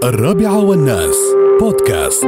الرابعة والناس بودكاست.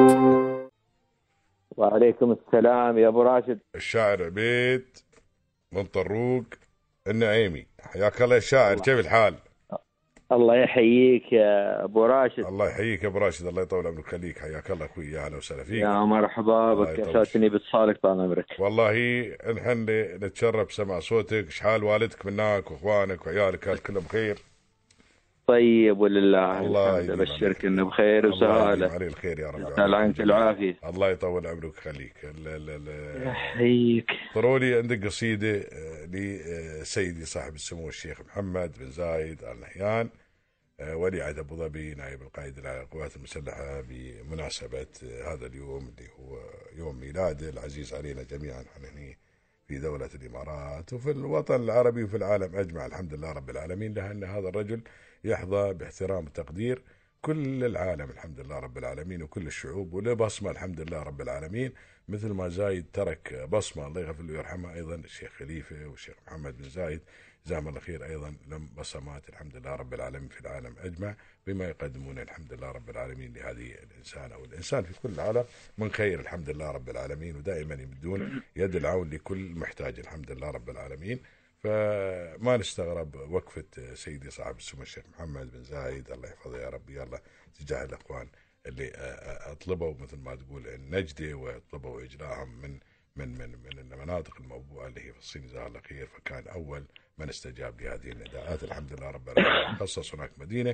وعليكم السلام يا أبو راشد. الشاعر عبيد من طروق النعيمي، حياك الله يا شاعر. كيف الحال؟ الله يحييك يا أبو راشد. الله يحييك يا أبو راشد، الله يطول عمرك ويخليك. حياك الله أخوي، يا أهلا وسهلا فيك. يا مرحبا بك، أسعدتني باتصالك طال عمرك. والله نحن نتشرف بسمع صوتك. شحال والدك منك وإخوانك وعيالك؟ هل كلهم بخير؟ طيب ولله الله الحمد، أبشرك إنه بخير الله وسهالة. عليه الخير يا رب. يسأل عنك العافية. الله يطول عمرك ويخليك. يحييك. طرولي عندك قصيدة لسيدي صاحب السمو الشيخ محمد بن زايد آل نهيان ولي عهد أبو ظبي نائب القائد العام للقوات المسلحة بمناسبة هذا اليوم اللي هو يوم ميلاده العزيز علينا جميعا نحن في دولة الإمارات وفي الوطن العربي وفي العالم أجمع، الحمد لله رب العالمين، لأن هذا الرجل يحظى باحترام وتقدير كل العالم الحمد لله رب العالمين وكل الشعوب، وله بصمة الحمد لله رب العالمين. مثل ما زايد ترك بصمة الله يغفر له ويرحمه، أيضا الشيخ خليفة والشيخ محمد بن زايد جزاهم الله خير أيضا لهم بصمات الحمد لله رب العالمين في العالم أجمع بما يقدمون الحمد لله رب العالمين لهذه الإنسان أو الإنسان في كل العالم من خير الحمد لله رب العالمين، ودائما يمدون يد العون لكل محتاج الحمد لله رب العالمين. فما نستغرب وقفة سيدي صاحب السمو الشيخ محمد بن زايد الله يحفظه يا رب يلا تجاه الأخوان اللي أطلبوا مثل ما تقول النجدة وأطلبوا إجلاءهم من المناطق الموبوءة اللي هي في الصين جزاه الله خير، فكان أول من استجاب لهذه النداءات الحمد لله رب العالمين. خصص هناك مدينة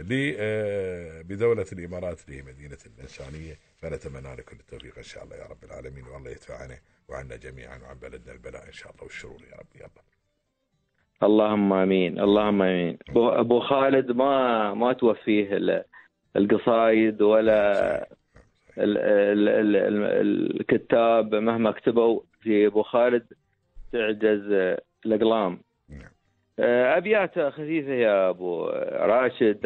بدولة الإمارات اللي هي مدينة الإنسانية، فنتمنى لكم التوفيق إن شاء الله يا رب العالمين، والله يدفع عنه وعنا جميعا وعن بلدنا البلاء إن شاء الله والشرور يا رب. يلا اللهم آمين اللهم آمين. أبو خالد ما توفيه القصايد ولا الكتاب مهما كتبوا في أبو خالد تعجز الأقلام. أبيات خفيفة يا أبو راشد.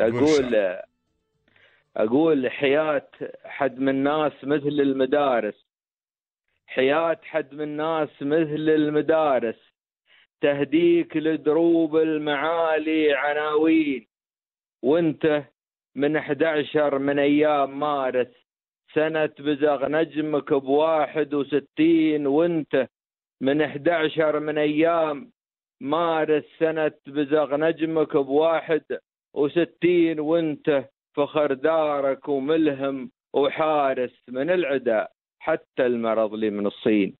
أقول حياة حد من الناس مثل المدارس، حياة حد من الناس مثل المدارس، تهديك لدروب المعالي عناوين، وانت من 11 من أيام مارس سنة بزغ نجمك ب61، وانت من 11 من أيام مارس سنة بزغ نجمك ب61، وانت فخر دارك وملهم وحارس من العدا حتى المرض لي من الصين،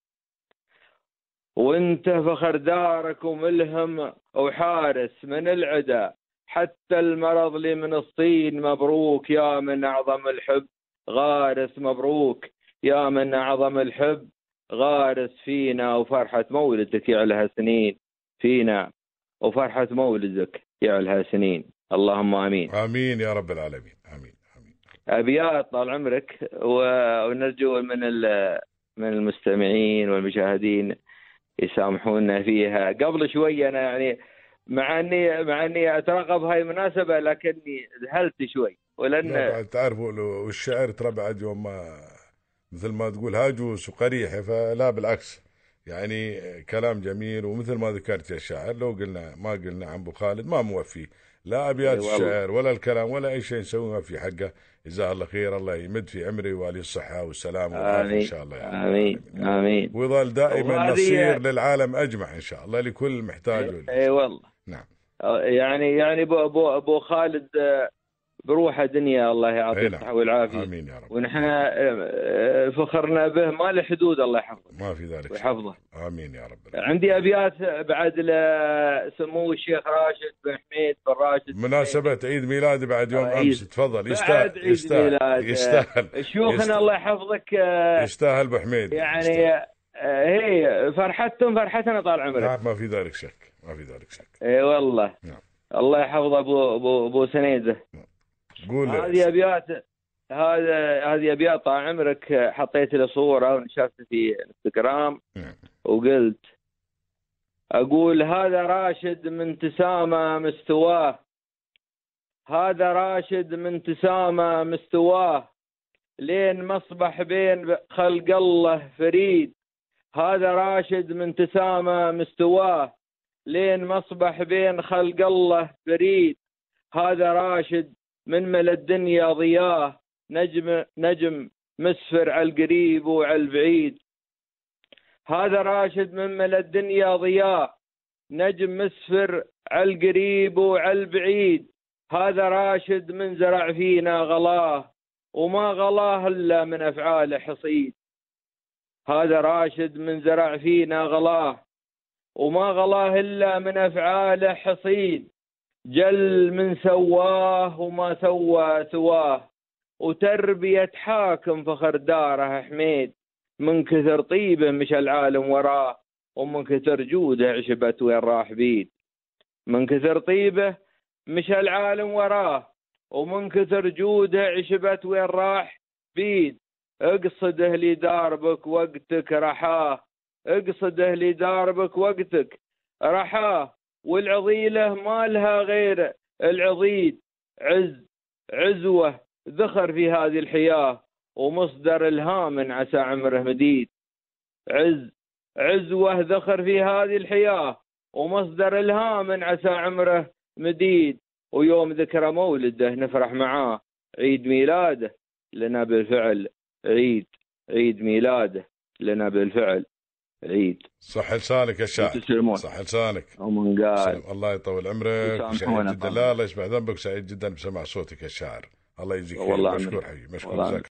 وانت فخر دارك وملهم وحارس من العدا حتى المرض لي من الصين. مبروك يا من أعظم الحب غارس، مبروك يا من أعظم الحب غارس فينا، وفرحة مولدك يعلها سنين فينا، وفرحة مولدك يعلها سنين. اللهم آمين آمين يا رب العالمين. آمين آمين. أبيات طال عمرك، ونرجو من المستمعين والمشاهدين يسامحونا فيها. قبل شوي أنا يعني مع أني أترقب هاي المناسبة لكني ذهلت شوي، ولأن تعرفوا والشعر ترى بعد يوم ما مثل ما تقول هاجوس وقريحة، فلا بالعكس يعني كلام جميل. ومثل ما ذكرت يا شاعر لو ما قلنا عن أبو خالد ما موفي لا أبيات الشعر ولا الكلام ولا أي شيء نسويه في حقه. جزاه الله خير، الله يمد في عمري وعليه الصحة والسلام والعافية إن شاء الله يعني. آمين آمين. ويظل دائما نصير للعالم أجمع إن شاء الله لكل محتاج. أي والله. نعم. يعني أبو خالد بروحه دنيا الله يعطيه الصحة والعافية. آمين يا رب. ونحن فخرنا به ما له حدود، الله يحفظه ما في ذلك ويحفظه. آمين يا رب. عندي أبيات بعد لسمو الشيخ راشد بن حميد بن راشد مناسبة عيد ميلاده بعد يوم أمس. تفضل. يستاهل شيوخنا الله يحفظك. يستاهل أبو حميد يعني هي فرحتنا طال عمرك. نعم ما في ذلك شك، ما في ذلك شك. اي والله. نعم. الله يحفظ ابو سنيده. قول. هذه ابيات طال عمرك حطيت له صوره ونشرتها في انستغرام. وقلت اقول هذا راشد من تسامى مستواه، هذا راشد من تسامى مستواه، لين مصبح بين خلق الله فريد، هذا راشد من تسامى مستواه، لين مصبح بين خلق الله فريد، هذا راشد مل الدنيا ضياه، نجم مسفر على القريب وعلى البعيد. هذا راشد مل الدنيا ضياه، نجم مسفر على القريب وعلى البعيد. هذا راشد من زرع فينا غلاه، وما غلاه إلا من أفعاله حصيد. هذا راشد من زرع فينا غلاه، وما غلاه إلا من أفعاله حصيد. جل من سواه وما سوى سواه، وتربية حاكم فخر داره حميد. من كثر طيبه مشى العالم وراه، ومن كثر جوده عشبت وين راح بيد. من كثر طيبه مشى العالم وراه، ومن كثر جوده عشبت وين راح بيد. اقصده لي داربك وقتك رحاه، اقصده لي داربك وقتك رحاه. والعضيله ما لها غير العضيد، عزوه ذخر في هذه الحياه، ومصدر الهام عسى عمره مديد. عزوه ذخر في هذه الحياه، ومصدر الهام عسى عمره مديد. ويوم ذكرى مولده نفرح معاه، عيد ميلاده لنا بالفعل عيد، عيد ميلاده لنا بالفعل عيد. صح لسانك يا الشاعر، صح لسانك. ومن قال الله يطول عمرك، سعيد جدا. لا الله يشبع ذنبك، سعيد جدا بسمع صوتك يا الشاعر. الله يجزيك خير. مشكور حبيبي، مشكور.